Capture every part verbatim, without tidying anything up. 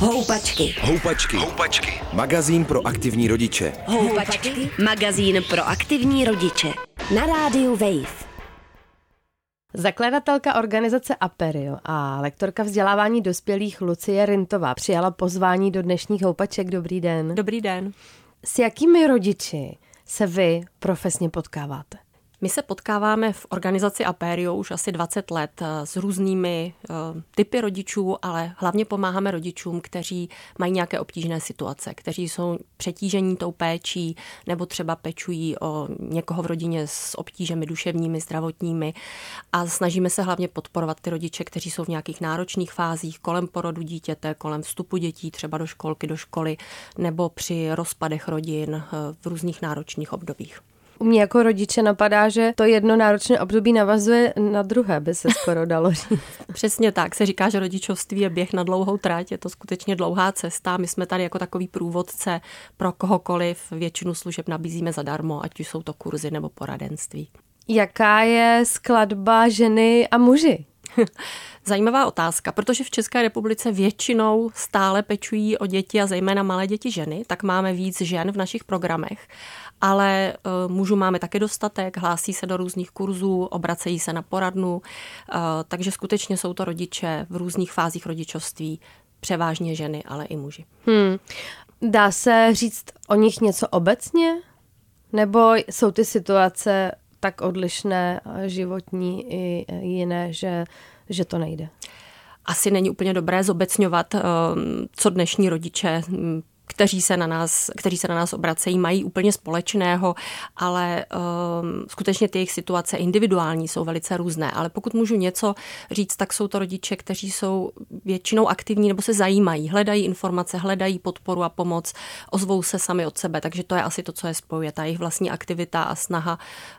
Houpačky. Houpačky. Houpačky. Magazín pro aktivní rodiče. Houpačky. Magazín pro aktivní rodiče. Na rádiu Wave. Zakladatelka organizace Aperio a lektorka vzdělávání dospělých Lucie Rintová přijala pozvání do dnešních houpaček. Dobrý den. Dobrý den. S jakými rodiči se vy profesně potkáváte? My se potkáváme v organizaci Aperio už asi dvacet let s různými uh, typy rodičů, ale hlavně pomáháme rodičům, kteří mají nějaké obtížné situace, kteří jsou přetížení tou péčí nebo třeba pečují o někoho v rodině s obtížemi duševními, zdravotními a snažíme se hlavně podporovat ty rodiče, kteří jsou v nějakých náročných fázích kolem porodu dítěte, kolem vstupu dětí třeba do školky, do školy nebo při rozpadech rodin uh, v různých náročných obdobích. U mě jako rodiče napadá, že to jedno náročné období navazuje na druhé, by se skoro dalo říct. Přesně tak. Se říká, že rodičovství je běh na dlouhou trať, je to skutečně dlouhá cesta. My jsme tady jako takový průvodce pro kohokoliv. Většinu služeb nabízíme zadarmo, ať už jsou to kurzy nebo poradenství. Jaká je skladba ženy a muži? Zajímavá otázka, protože v České republice většinou stále pečují o děti a zejména malé děti ženy, tak máme víc žen v našich programech. Ale uh, mužů máme také dostatek, hlásí se do různých kurzů, obracejí se na poradnu, uh, takže skutečně jsou to rodiče v různých fázích rodičovství, převážně ženy, ale i muži. Hmm. Dá se říct o nich něco obecně? Nebo jsou ty situace tak odlišné, životní i jiné, že, že to nejde? Asi není úplně dobré zobecňovat, uh, co dnešní rodiče kteří se na nás, kteří se na nás obracejí, mají úplně společného, ale um, skutečně ty jejich situace individuální jsou velice různé. Ale pokud můžu něco říct, tak jsou to rodiče, kteří jsou většinou aktivní nebo se zajímají, hledají informace, hledají podporu a pomoc, ozvou se sami od sebe, takže to je asi to, co je spojuje, ta jejich vlastní aktivita a snaha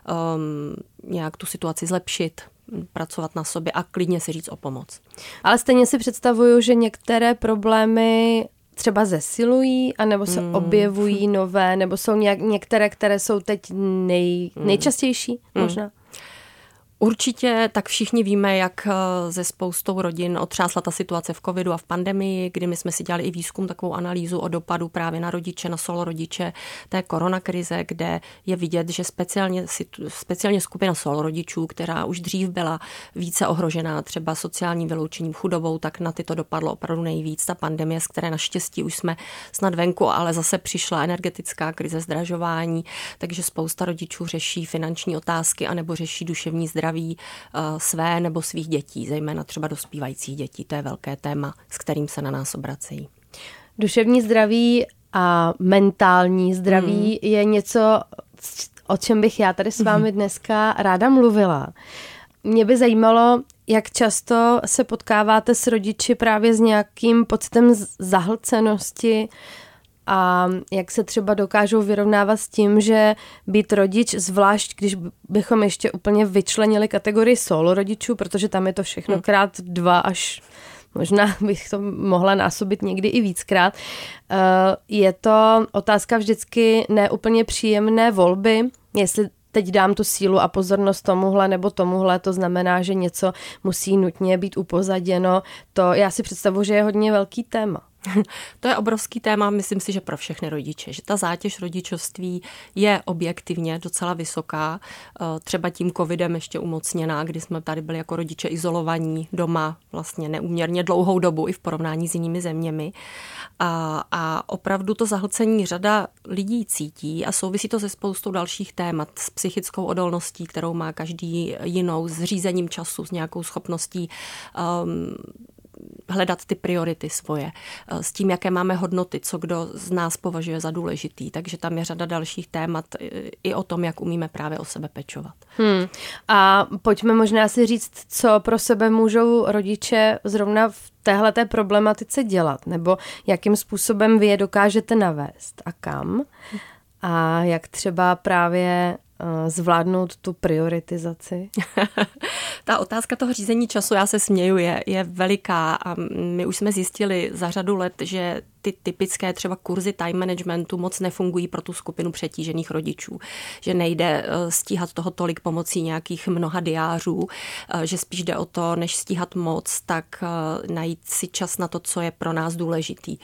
um, nějak tu situaci zlepšit, pracovat na sobě a klidně si říct o pomoc. Ale stejně si představuju, že některé problémy třeba zesilují, anebo se mm. objevují nové, nebo jsou nějak, některé, které jsou teď nej, nejčastější možná? Určitě, tak všichni víme, jak ze spoustou rodin otřásla ta situace v covidu a v pandemii, kdy my jsme si dělali i výzkum, takovou analýzu o dopadu právě na rodiče, na solorodiče té koronakrize, kde je vidět, že speciálně, speciálně skupina solorodičů, která už dřív byla více ohrožená třeba sociálním vyloučením, chudobou, tak na ty to dopadlo opravdu nejvíc. Ta pandemie, z které naštěstí už jsme snad venku, ale zase přišla energetická krize, zdražování, takže spousta rodičů řeší finanční otázky anebo řeší duševní zdraví své nebo svých dětí, zejména třeba dospívajících dětí. To je velké téma, s kterým se na nás obracejí. Duševní zdraví a mentální zdraví mm. je něco, o čem bych já tady s vámi dneska ráda mluvila. Mě by zajímalo, jak často se potkáváte s rodiči právě s nějakým pocitem zahlcenosti a jak se třeba dokážou vyrovnávat s tím, že být rodič, zvlášť když bychom ještě úplně vyčlenili kategorii solo rodičů, protože tam je to všechno krát dva až možná bych to mohla násobit někdy i víckrát. Je to otázka vždycky neúplně příjemné volby, jestli teď dám tu sílu a pozornost tomuhle nebo tomuhle, to znamená, že něco musí nutně být upozaděno. To já si představuji, že je hodně velký téma. To je obrovský téma, myslím si, že pro všechny rodiče, že ta zátěž rodičovství je objektivně docela vysoká, třeba tím covidem ještě umocněná, kdy jsme tady byli jako rodiče izolovaní doma vlastně neúměrně dlouhou dobu i v porovnání s jinými zeměmi. A, a opravdu to zahlcení řada lidí cítí a souvisí to se spoustou dalších témat, s psychickou odolností, kterou má každý jinou, s řízením času, s nějakou schopností um, hledat ty priority svoje, s tím, jaké máme hodnoty, co kdo z nás považuje za důležitý. Takže tam je řada dalších témat i o tom, jak umíme právě o sebe pečovat. Hmm. A pojďme možná si říct, co pro sebe můžou rodiče zrovna v téhleté problematice dělat, nebo jakým způsobem vy je dokážete navést a kam. A jak třeba právě zvládnout tu prioritizaci? Ta otázka toho řízení času, já se směju, je, je veliká a my už jsme zjistili za řadu let, že ty typické třeba kurzy time managementu moc nefungují pro tu skupinu přetížených rodičů, že nejde stíhat toho tolik pomocí nějakých mnoha diářů, že spíš jde o to, než stíhat moc, tak najít si čas na to, co je pro nás důležitý.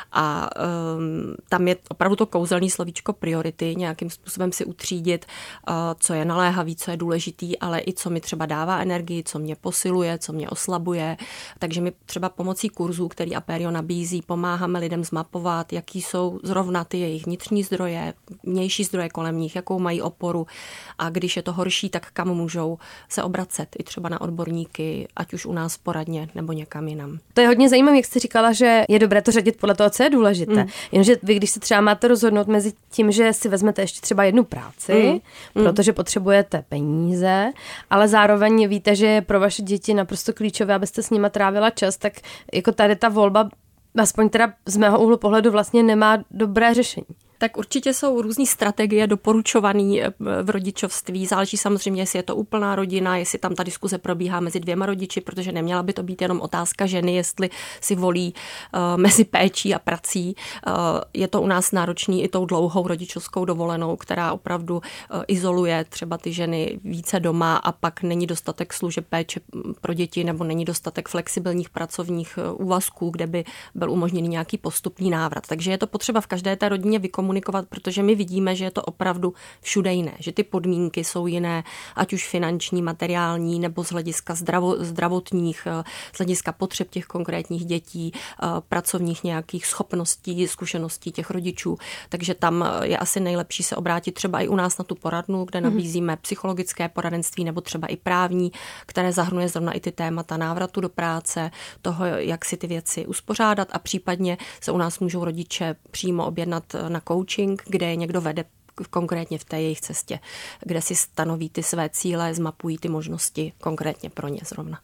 A um, tam je opravdu to kouzelný slovíčko priority, nějakým způsobem si utřídit, uh, co je naléhavý, co je důležitý, ale i co mi třeba dává energii, co mě posiluje, co mě oslabuje. Takže my třeba pomocí kurzů, který Aperio nabízí, pomáháme lidem zmapovat, jaký jsou zrovna ty jejich vnitřní zdroje, vnější zdroje kolem nich, jakou mají oporu a když je to horší, tak kam můžou se obracet i třeba na odborníky, ať už u nás poradně nebo někam jinam. To je hodně zajímavé, jak jste říkala, že je dobré to řadit podle toho, co je důležité. Mm. Jenže vy, když se třeba máte rozhodnout mezi tím, že si vezmete ještě třeba jednu práci, mm. protože potřebujete peníze, ale zároveň víte, že je pro vaše děti naprosto klíčové, abyste s nima trávila čas, tak jako tady ta volba, aspoň teda z mého úhlu pohledu, vlastně nemá dobré řešení. Tak určitě jsou různý strategie doporučované v rodičovství. Záleží samozřejmě, jestli je to úplná rodina, jestli tam ta diskuze probíhá mezi dvěma rodiči, protože neměla by to být jenom otázka ženy, jestli si volí uh, mezi péčí a prací. Uh, je to u nás náročný i tou dlouhou rodičovskou dovolenou, která opravdu uh, izoluje třeba ty ženy více doma a pak není dostatek služeb péče pro děti nebo není dostatek flexibilních pracovních uh, úvazků, kde by byl umožněný nějaký postupný návrat. Takže je to potřeba v každé té rodině vykomunikovat, protože my vidíme, že je to opravdu všude jiné, že ty podmínky jsou jiné, ať už finanční, materiální nebo z hlediska zdravo, zdravotních, z hlediska potřeb těch konkrétních dětí, pracovních nějakých schopností, zkušeností těch rodičů. Takže tam je asi nejlepší se obrátit třeba i u nás na tu poradnu, kde nabízíme psychologické poradenství nebo třeba i právní, které zahrnuje zrovna i ty témata návratu do práce, toho, jak si ty věci uspořádat a případně se u nás můžou rodiče přímo objednat na coaching, kde je někdo vede konkrétně v té jejich cestě, kde si stanoví ty své cíle, zmapují ty možnosti konkrétně pro ně zrovna.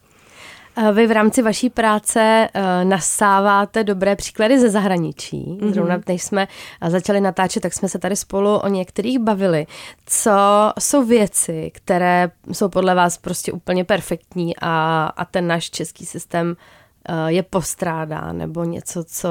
Vy v rámci vaší práce uh, nasáváte dobré příklady ze zahraničí. Mm-hmm. Zrovna než jsme začali natáčet, tak jsme se tady spolu o některých bavili. Co jsou věci, které jsou podle vás prostě úplně perfektní a, a ten náš český systém je postrádá, nebo něco, co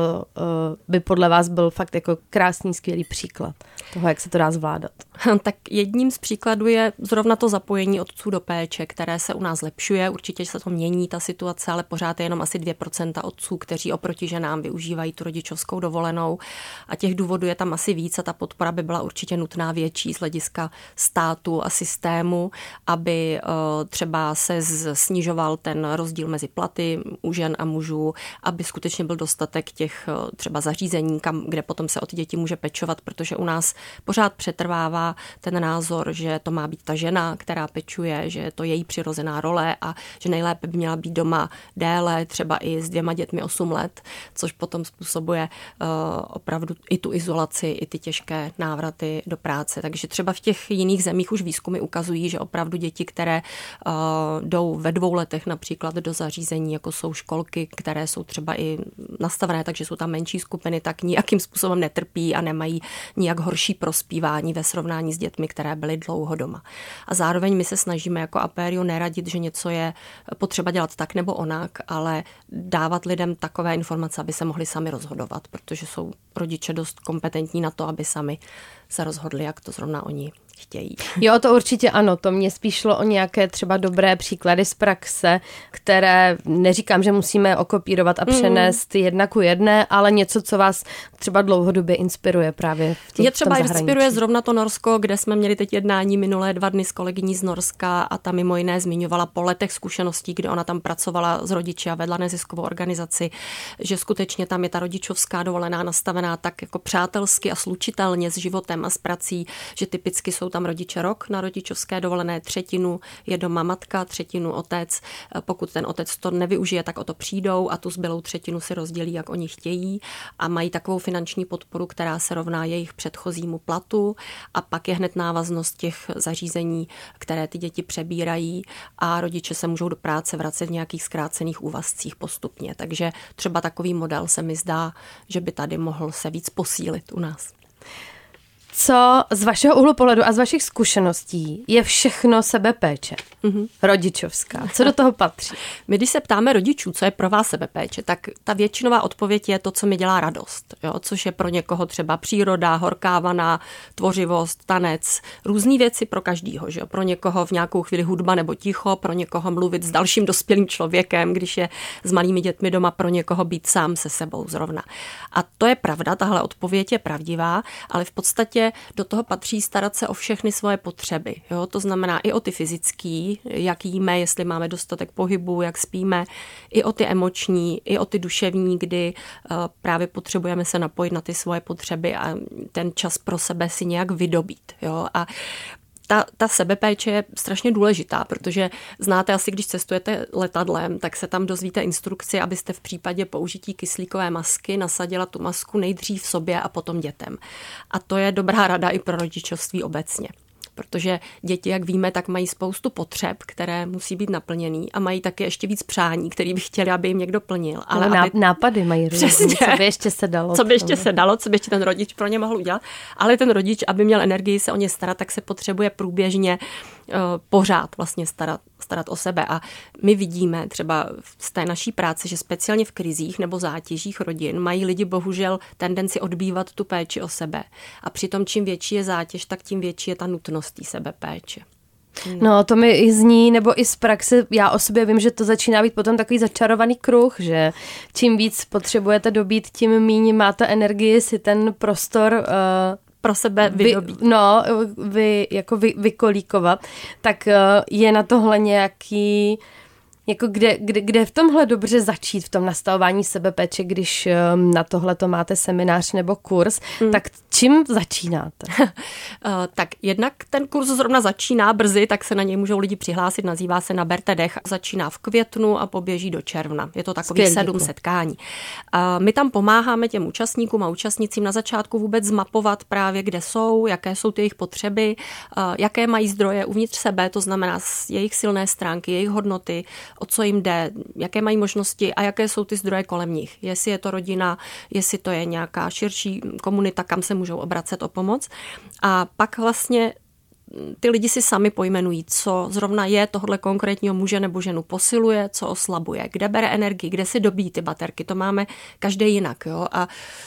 by podle vás byl fakt jako krásný, skvělý příklad toho, jak se to dá zvládat? Tak jedním z příkladů je zrovna to zapojení otců do péče, které se u nás zlepšuje. Určitě se to mění, ta situace, ale pořád je jenom asi dvě procenta otců, kteří oproti ženám využívají tu rodičovskou dovolenou. A těch důvodů je tam asi víc a ta podpora by byla určitě nutná větší z hlediska státu a systému, aby třeba se snižoval ten rozdíl mezi platy u žen a mužů, aby skutečně byl dostatek těch třeba zařízení, kam, kde potom se o ty děti může pečovat, protože u nás pořád přetrvává ten názor, že to má být ta žena, která pečuje, že je to její přirozená role a že nejlépe by měla být doma déle, třeba i s dvěma dětmi osm let, což potom způsobuje uh, opravdu i tu izolaci, i ty těžké návraty do práce. Takže třeba v těch jiných zemích už výzkumy ukazují, že opravdu děti, které uh, jdou ve dvou letech například do zařízení, jako jsou školky, které jsou třeba i nastavené, takže jsou tam menší skupiny, tak nijakým způsobem netrpí a nemají nijak horší prospívání ve srovnání s dětmi, které byly dlouho doma. A zároveň my se snažíme jako Aperio neradit, že něco je potřeba dělat tak nebo onak, ale dávat lidem takové informace, aby se mohli sami rozhodovat, protože jsou rodiče dost kompetentní na to, aby sami se rozhodli, jak to zrovna oni chtějí. Jo, to určitě ano, to mě spíš šlo o nějaké třeba dobré příklady z praxe, které neříkám, že musíme okopírovat a přenést mm. jedna ku jedné, ale něco, co vás třeba dlouhodobě inspiruje právě v těch, Je třeba v tom zahraničí. Inspiruje zrovna to Norsko, kde jsme měli teď jednání minulé dva dny s kolegyní z Norska a ta mimo jiné zmiňovala po letech zkušeností, kde ona tam pracovala s rodiči a vedla neziskovou organizaci, že skutečně tam je ta rodičovská dovolená nastavená tak jako přátelsky a slučitelně s životem a s prací, že typicky jsou tam rodiče rok na rodičovské dovolené, třetinu je doma matka, třetinu otec. Pokud ten otec to nevyužije, tak o to přijdou a tu zbylou třetinu si rozdělí, jak oni chtějí a mají takovou finanční podporu, která se rovná jejich předchozímu platu a pak je hned návaznost těch zařízení, které ty děti přebírají a rodiče se můžou do práce vracet v nějakých zkrácených úvazcích postupně. Takže třeba takový model se mi zdá, že by tady mohl se víc posílit u nás. co z vašeho úhlu pohledu a z vašich zkušeností je všechno sebepéče, mm-hmm. rodičovská? Co do toho patří? My, když se ptáme rodičů, co je pro vás sebepéče, tak ta většinová odpověď je to, co mi dělá radost. Jo? Což je pro někoho třeba příroda, horká vana, tvořivost, tanec, různý věci pro každýho. Že jo? Pro někoho v nějakou chvíli hudba nebo ticho, pro někoho mluvit s dalším dospělým člověkem, když je s malými dětmi doma, pro někoho být sám se sebou zrovna. A to je pravda, tahle odpověď je pravdivá, ale v podstatě do toho patří starat se o všechny svoje potřeby. Jo? To znamená i o ty fyzický, jak jíme, jestli máme dostatek pohybu, jak spíme, i o ty emoční, i o ty duševní, kdy uh, právě potřebujeme se napojit na ty svoje potřeby a ten čas pro sebe si nějak vydobít. Jo? A Ta, ta sebepéče je strašně důležitá, protože znáte asi, když cestujete letadlem, tak se tam dozvíte instrukci, abyste v případě použití kyslíkové masky nasadila tu masku nejdřív sobě a potom dětem. A to je dobrá rada i pro rodičovství obecně. Protože děti, jak víme, tak mají spoustu potřeb, které musí být naplněný a mají taky ještě víc přání, který by chtěli, aby jim někdo plnil. Ale no, aby... nápady mají různý, co by ještě se dalo. Co by ještě se dalo, co by ještě ten rodič pro ně mohl udělat. Ale ten rodič, aby měl energii se o ně starat, tak se potřebuje průběžně uh, pořád vlastně starat, starat o sebe. A my vidíme třeba z té naší práce, že speciálně v krizích nebo zátěžích rodin mají lidi bohužel tendenci odbývat tu péči o sebe. A přitom čím větší je zátěž, tak tím větší je ta nutnost té sebepéče. No, to mi i zní, nebo i z praxe, já o sobě vím, že to začíná být potom takový začarovaný kruh, že čím víc potřebujete dobít, tím míň máte energii si ten prostor uh, pro sebe vydobít. Vy, no, vy, jako vy, vykolíkovat, tak uh, je na tohle nějaký... Jako kde, kde, kde v tomhle dobře začít, v tom nastavování sebepéče, když um, na tohle to máte seminář nebo kurz, mm. tak čím začínáte? uh, tak jednak ten kurz zrovna začíná brzy, tak se na něj můžou lidi přihlásit, nazývá se Naberte dech, začíná v květnu a poběží do června. Je to takových Skvělý, sedm děkuji. setkání. Uh, my tam pomáháme těm účastníkům a účastnicím na začátku vůbec zmapovat právě, kde jsou, jaké jsou ty jejich potřeby, uh, jaké mají zdroje uvnitř sebe, to znamená jejich silné stránky, jejich hodnoty, o co jim jde, jaké mají možnosti a jaké jsou ty zdroje kolem nich. Jestli je to rodina, jestli to je nějaká širší komunita, kam se můžou obracet o pomoc. A pak vlastně ty lidi si sami pojmenují, co zrovna je tohle konkrétního muže nebo ženu posiluje, co oslabuje, kde bere energii, kde si dobíjí ty baterky. To máme každý jinak. Jo? A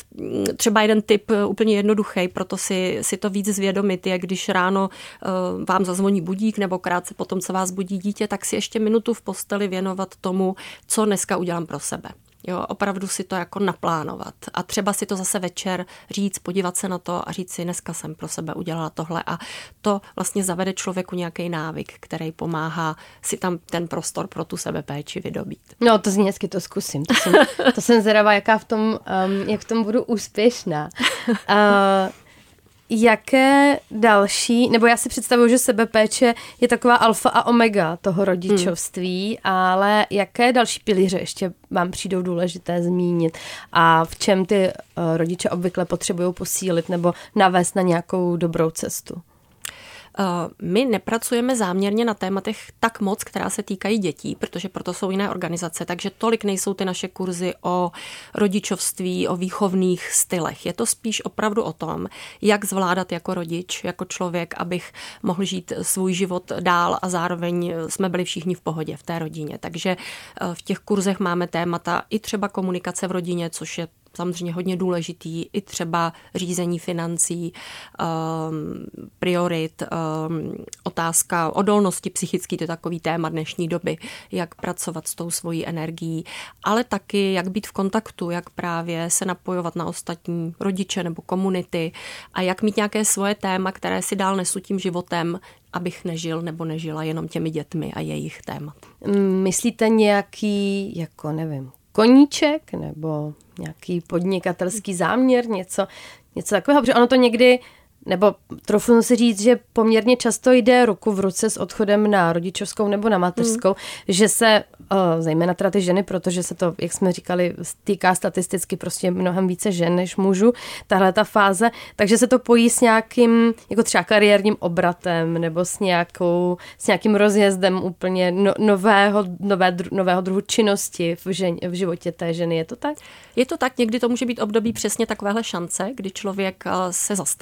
třeba jeden tip úplně jednoduchý, proto si, si to víc zvědomit je, když ráno uh, vám zazvoní budík nebo krátce potom, co vás budí dítě, tak si ještě minutu v posteli věnovat tomu, co dneska udělám pro sebe. Jo, opravdu si to jako naplánovat a třeba si to zase večer říct, podívat se na to a říct si, dneska jsem pro sebe udělala tohle a to vlastně zavede člověku nějaký návyk, který pomáhá si tam ten prostor pro tu sebepéči vydobít. No to zní hezky, to zkusím. To jsem, to jsem zvědavá, jaká v tom, um, jak v tom budu úspěšná. Uh, Jaké další, nebo já si představuju, že sebepéče je taková alfa a omega toho rodičovství, hmm. ale jaké další pilíře ještě vám přijdou důležité zmínit a v čem ty uh, rodiče obvykle potřebují posílit nebo navést na nějakou dobrou cestu? My nepracujeme záměrně na tématech tak moc, která se týkají dětí, protože proto jsou jiné organizace, takže tolik nejsou ty naše kurzy o rodičovství, o výchovných stylech. Je to spíš opravdu o tom, jak zvládat jako rodič, jako člověk, abych mohl žít svůj život dál a zároveň jsme byli všichni v pohodě v té rodině. Takže v těch kurzech máme témata i třeba komunikace v rodině, což je samozřejmě hodně důležitý, i třeba řízení financí, um, priorit, um, otázka odolnosti psychické, to je takový téma dnešní doby, jak pracovat s tou svojí energií, ale taky jak být v kontaktu, jak právě se napojovat na ostatní rodiče nebo komunity a jak mít nějaké svoje téma, které si dál nesu tím životem, abych nežil nebo nežila jenom těmi dětmi a jejich témat. Myslíte nějaký, jako nevím, koníček nebo nějaký podnikatelský záměr, něco, něco takového, protože ono to někdy, nebo trochu si říct, že poměrně často jde ruku v ruce s odchodem na rodičovskou nebo na mateřskou, mm. že se, zejména teda ty ženy, protože se to, jak jsme říkali, týká statisticky prostě mnohem více žen než mužů, tahle ta fáze, takže se to pojí s nějakým, jako třeba kariérním obratem nebo s, nějakou, s nějakým rozjezdem úplně no, nového, nové, nového druhu činnosti v, žen, v životě té ženy. Je to tak? Je to tak, někdy to může být období přesně takovéhle šance, kdy člověk se zastaví při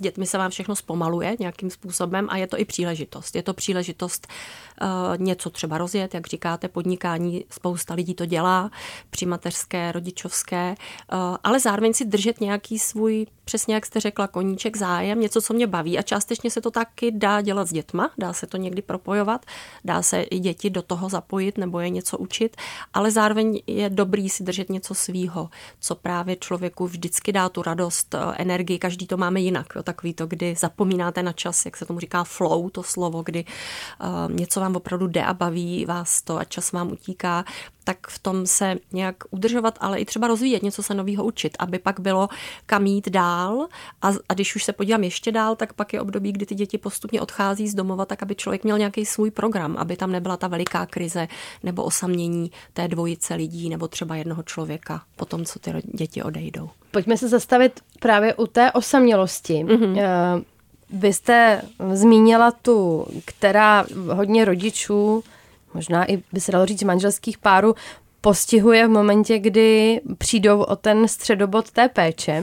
dětmi se vám všechno zpomaluje nějakým způsobem a je to i příležitost. Je to příležitost uh, něco třeba rozjet, jak říkáte, podnikání, spousta lidí to dělá při mateřské, rodičovské, uh, ale zároveň si držet nějaký svůj, přesně jak jste řekla, koníček, zájem, něco, co mě baví a částečně se to taky dá dělat s dětma, dá se to někdy propojovat, dá se i děti do toho zapojit nebo je něco učit, ale zároveň je dobrý si držet něco svýho, co právě člověku vždycky dá tu radost, energii, každý to máme jinak, jo, takový to, kdy zapomínáte na čas, jak se tomu říká flow, to slovo, kdy uh, něco vám opravdu jde a baví vás to a čas vám utíká, tak v tom se nějak udržovat, ale i třeba rozvíjet, něco se nového učit, aby pak bylo kam jít dál a, a když už se podívám ještě dál, tak pak je období, kdy ty děti postupně odchází z domova, tak aby člověk měl nějaký svůj program, aby tam nebyla ta veliká krize nebo osamění té dvojice lidí nebo třeba jednoho člověka po tom, co ty děti odejdou. Pojďme se zastavit právě u té osamělosti. Mm-hmm. Vy jste zmínila tu, která hodně rodičů, možná i by se dalo říct manželských párů, postihuje v momentě, kdy přijdou o ten středobod té péče.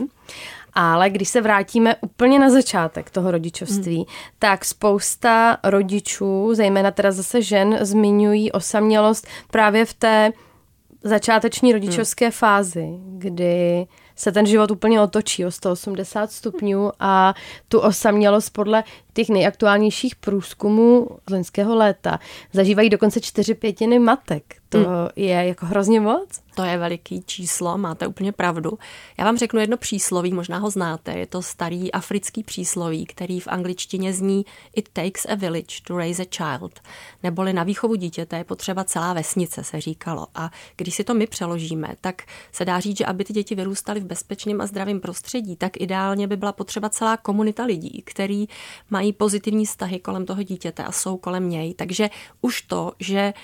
Ale když se vrátíme úplně na začátek toho rodičovství, hmm. tak spousta rodičů, zejména teda zase žen, zmiňují osamělost právě v té začáteční rodičovské hmm. fázi, kdy se ten život úplně otočí o sto osmdesát stupňů a tu osamělost podle těch nejaktuálnějších průzkumů z loňského léta zažívají dokonce čtyři pětiny matek. To hmm. je jako hrozně moc. To je veliký číslo, máte úplně pravdu. Já vám řeknu jedno přísloví, možná ho znáte. Je to starý africký přísloví, který v angličtině zní It takes a village to raise a child. Neboli na výchovu dítěte je potřeba celá vesnice, se říkalo. A když si to my přeložíme, tak se dá říct, že aby ty děti vyrůstaly v bezpečném a zdravém prostředí, tak ideálně by byla potřeba celá komunita lidí, který mají pozitivní vztahy kolem toho dítěte a jsou kolem něj. Takže už to, že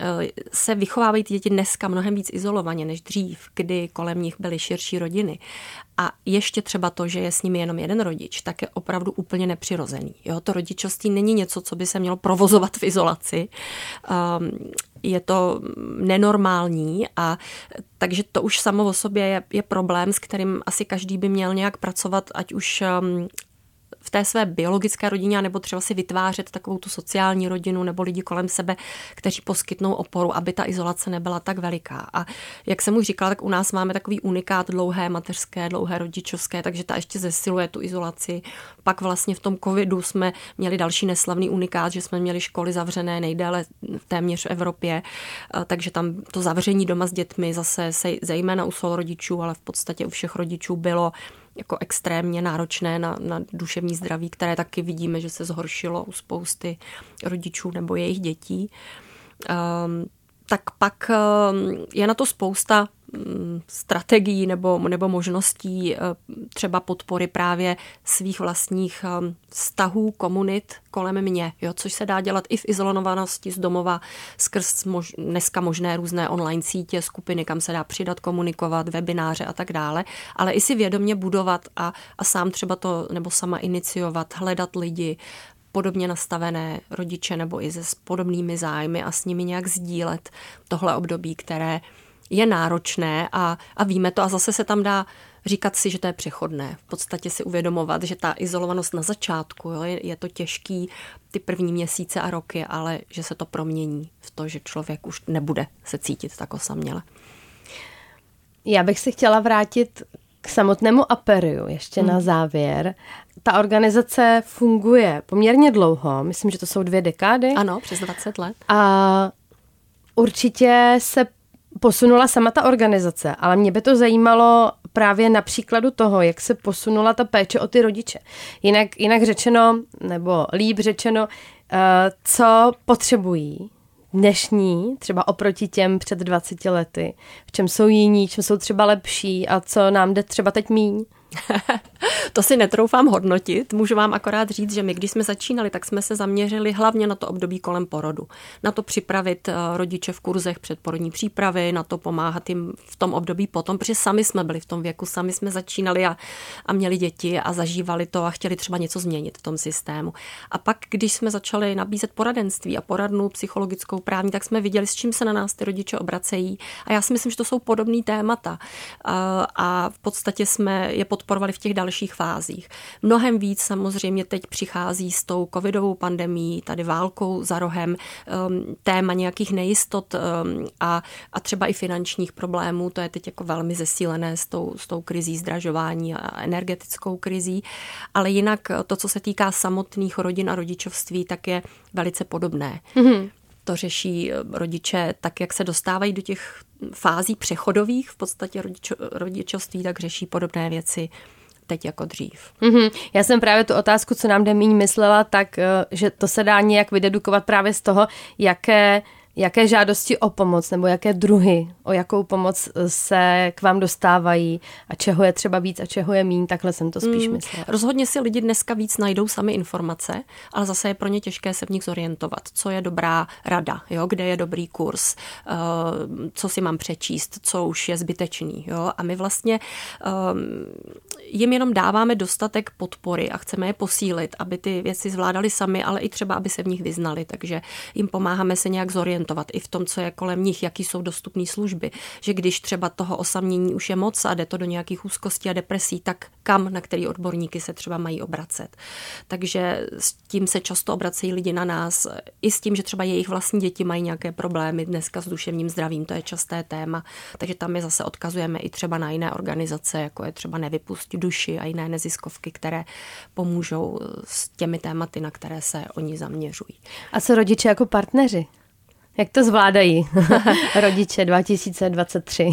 se vychovávají ty děti dneska mnohem víc izolovaně než dřív, kdy kolem nich byly širší rodiny. A ještě třeba to, že je s nimi jenom jeden rodič, tak je opravdu úplně nepřirozený. Jo, to rodičovství není něco, co by se mělo provozovat v izolaci. Um, je to nenormální a takže to už samo o sobě je, je problém, s kterým asi každý by měl nějak pracovat, ať už um, v té své biologické rodině, nebo třeba si vytvářet takovou tu sociální rodinu nebo lidi kolem sebe, kteří poskytnou oporu, aby ta izolace nebyla tak veliká. A jak jsem už říkala, tak u nás máme takový unikát dlouhé mateřské, dlouhé rodičovské, takže ta ještě zesiluje tu izolaci. Pak vlastně v tom covidu jsme měli další neslavný unikát, že jsme měli školy zavřené nejdéle téměř v Evropě, takže tam to zavření doma s dětmi zase se zejména u rodičů, ale v podstatě u všech rodičů bylo jako extrémně náročné na, na duševní zdraví, které taky vidíme, že se zhoršilo u spousty rodičů nebo jejich dětí. Um, tak pak um, je na to spousta um, strategií nebo, nebo možností um, třeba podpory právě svých vlastních um, vztahů, komunit kolem mě, jo, což se dá dělat i v izolovanosti z domova skrz mož, dneska možné různé online sítě, skupiny, kam se dá přidat, komunikovat, webináře a tak dále, ale i si vědomě budovat a, a sám třeba to nebo sama iniciovat, hledat lidi, podobně nastavené rodiče nebo i se s podobnými zájmy a s nimi nějak sdílet tohle období, které je náročné a, a víme to a zase se tam dá říkat si, že to je přechodné. V podstatě si uvědomovat, že ta izolovanost na začátku, jo, je, je to těžký ty první měsíce a roky, ale že se to promění v to, že člověk už nebude se cítit tak osaměle. Já bych se chtěla vrátit k samotnému Aperiu ještě hmm. na závěr. Ta organizace funguje poměrně dlouho, myslím, že to jsou dvě dekády. Ano, přes dvacet let. A určitě se posunula sama ta organizace, ale mě by to zajímalo právě na příkladu toho, jak se posunula ta péče o ty rodiče. Jinak, jinak řečeno, nebo líp řečeno, co potřebují dnešní, třeba oproti těm před dvaceti lety, v čem jsou jiní, v čem jsou třeba lepší a co nám jde třeba teď míň. To si netroufám hodnotit. Můžu vám akorát říct, že my, když jsme začínali, tak jsme se zaměřili hlavně na to období kolem porodu. Na to připravit rodiče v kurzech předporodní přípravy, na to pomáhat jim v tom období potom, protože sami jsme byli v tom věku, sami jsme začínali a, a měli děti a zažívali to a chtěli třeba něco změnit v tom systému. A pak, když jsme začali nabízet poradenství a poradnu psychologickou, právní, tak jsme viděli, s čím se na nás ty rodiče obracejí. A já si myslím, že to jsou podobný témata. A, a v podstatě jsme je podporovali v těch dalších fázích. Mnohem víc samozřejmě teď přichází s tou covidovou pandemií, tady válkou za rohem, téma nějakých nejistot a, a třeba i finančních problémů, to je teď jako velmi zesílené s tou, s tou krizí zdražování a energetickou krizí, ale jinak to, co se týká samotných rodin a rodičovství, tak je velice podobné. Mm-hmm. To řeší rodiče tak, jak se dostávají do těch fází přechodových v podstatě rodičo, rodičovství, tak řeší podobné věci teď jako dřív. Mm-hmm. Já jsem právě tu otázku, co nám jde míň, myslela, tak, že to se dá nějak vydedukovat právě z toho, jaké Jaké žádosti o pomoc nebo jaké druhy, o jakou pomoc se k vám dostávají a čeho je třeba víc a čeho je míň, takhle jsem to spíš mm, myslela. Rozhodně si lidi dneska víc najdou sami informace, ale zase je pro ně těžké se v nich zorientovat, co je dobrá rada, jo? Kde je dobrý kurz, uh, co si mám přečíst, co už je zbytečný. Jo? A my vlastně um, jim jenom dáváme dostatek podpory a chceme je posílit, aby ty věci zvládali sami, ale i třeba, aby se v nich vyznali, takže jim pomáháme se nějak zorientovat i v tom, co je kolem nich, jaký jsou dostupné služby. Že když třeba toho osamění už je moc a jde to do nějakých úzkostí a depresí, tak kam, na který odborníky se třeba mají obracet. Takže s tím se často obracejí lidi na nás, i s tím, že třeba jejich vlastní děti mají nějaké problémy dneska s duševním zdravím, to je časté téma. Takže tam je zase odkazujeme i třeba na jiné organizace, jako je třeba Nevypusť duši a jiné neziskovky, které pomůžou s těmi tématy, na které se oni zaměřují. A co rodiče jako partneři? Jak to zvládají rodiče dva tisíce dvacet tři?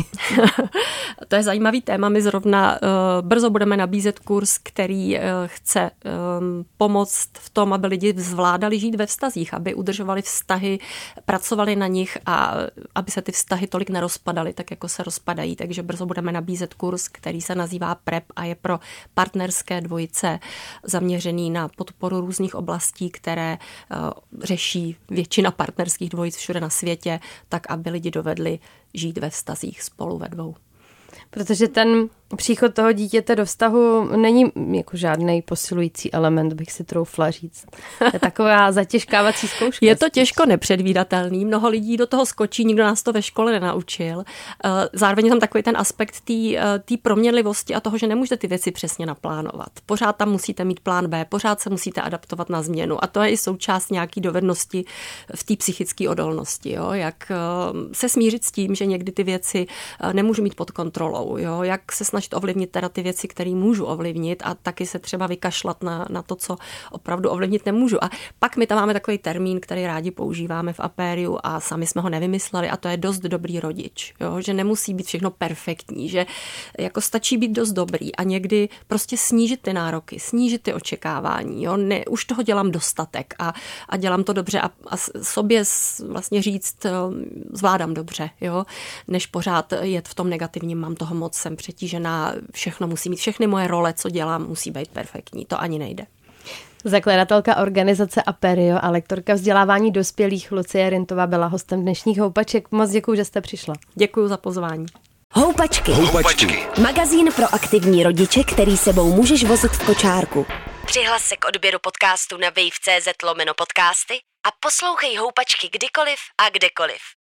To je zajímavý téma. My zrovna uh, brzo budeme nabízet kurz, který uh, chce um, pomoct v tom, aby lidi zvládali žít ve vztazích, aby udržovali vztahy, pracovali na nich a aby se ty vztahy tolik nerozpadaly, tak jako se rozpadají. Takže brzo budeme nabízet kurz, který se nazývá P R E P a je pro partnerské dvojice zaměřený na podporu různých oblastí, které uh, řeší většina partnerských dvojic všude na světě, tak aby lidi dovedli žít ve vztazích spolu ve dvou. Protože ten příchod toho dítěte do vztahu není jako žádný posilující element, bych si troufla říct. Je taková zatěžkávací zkouška. Je to těžko nepředvídatelný, mnoho lidí do toho skočí, nikdo nás to ve škole nenaučil. Zároveň je tam takový ten aspekt té proměnlivosti a toho, že nemůžete ty věci přesně naplánovat. Pořád tam musíte mít plán B, pořád se musíte adaptovat na změnu a to je i součást nějaký dovednosti v té psychické odolnosti. Jo? Jak se smířit s tím, že někdy ty věci nemůžu mít pod kontrolou. Jo? Jak se snažit ovlivnit teda ty věci, které můžu ovlivnit a taky se třeba vykašlat na, na to, co opravdu ovlivnit nemůžu. A pak my tam máme takový termín, který rádi používáme v Apériu a sami jsme ho nevymysleli a to je dost dobrý rodič. Jo? Že nemusí být všechno perfektní, že jako stačí být dost dobrý a někdy prostě snížit ty nároky, snížit ty očekávání. Jo? Ne, už toho dělám dostatek a, a dělám to dobře a, a sobě vlastně říct, zvládám dobře, jo? Než pořád jet v tom negativním, mám toho moc, jsem přetížená, všechno musí mít, všechny moje role, co dělám, musí být perfektní. To ani nejde. Zakladatelka organizace Aperio a lektorka vzdělávání dospělých Lucie Rintová byla hostem dnešních Houpaček. Moc děkuji, že jste přišla. Děkuji za pozvání. Houpačky. Houpačky. Magazín pro aktivní rodiče, který sebou můžeš vozit v kočárku. Přihlas se k odběru podcastu na wave tečka cz lomeno podcasty a poslouchej Houpačky kdykoliv a kdekoliv.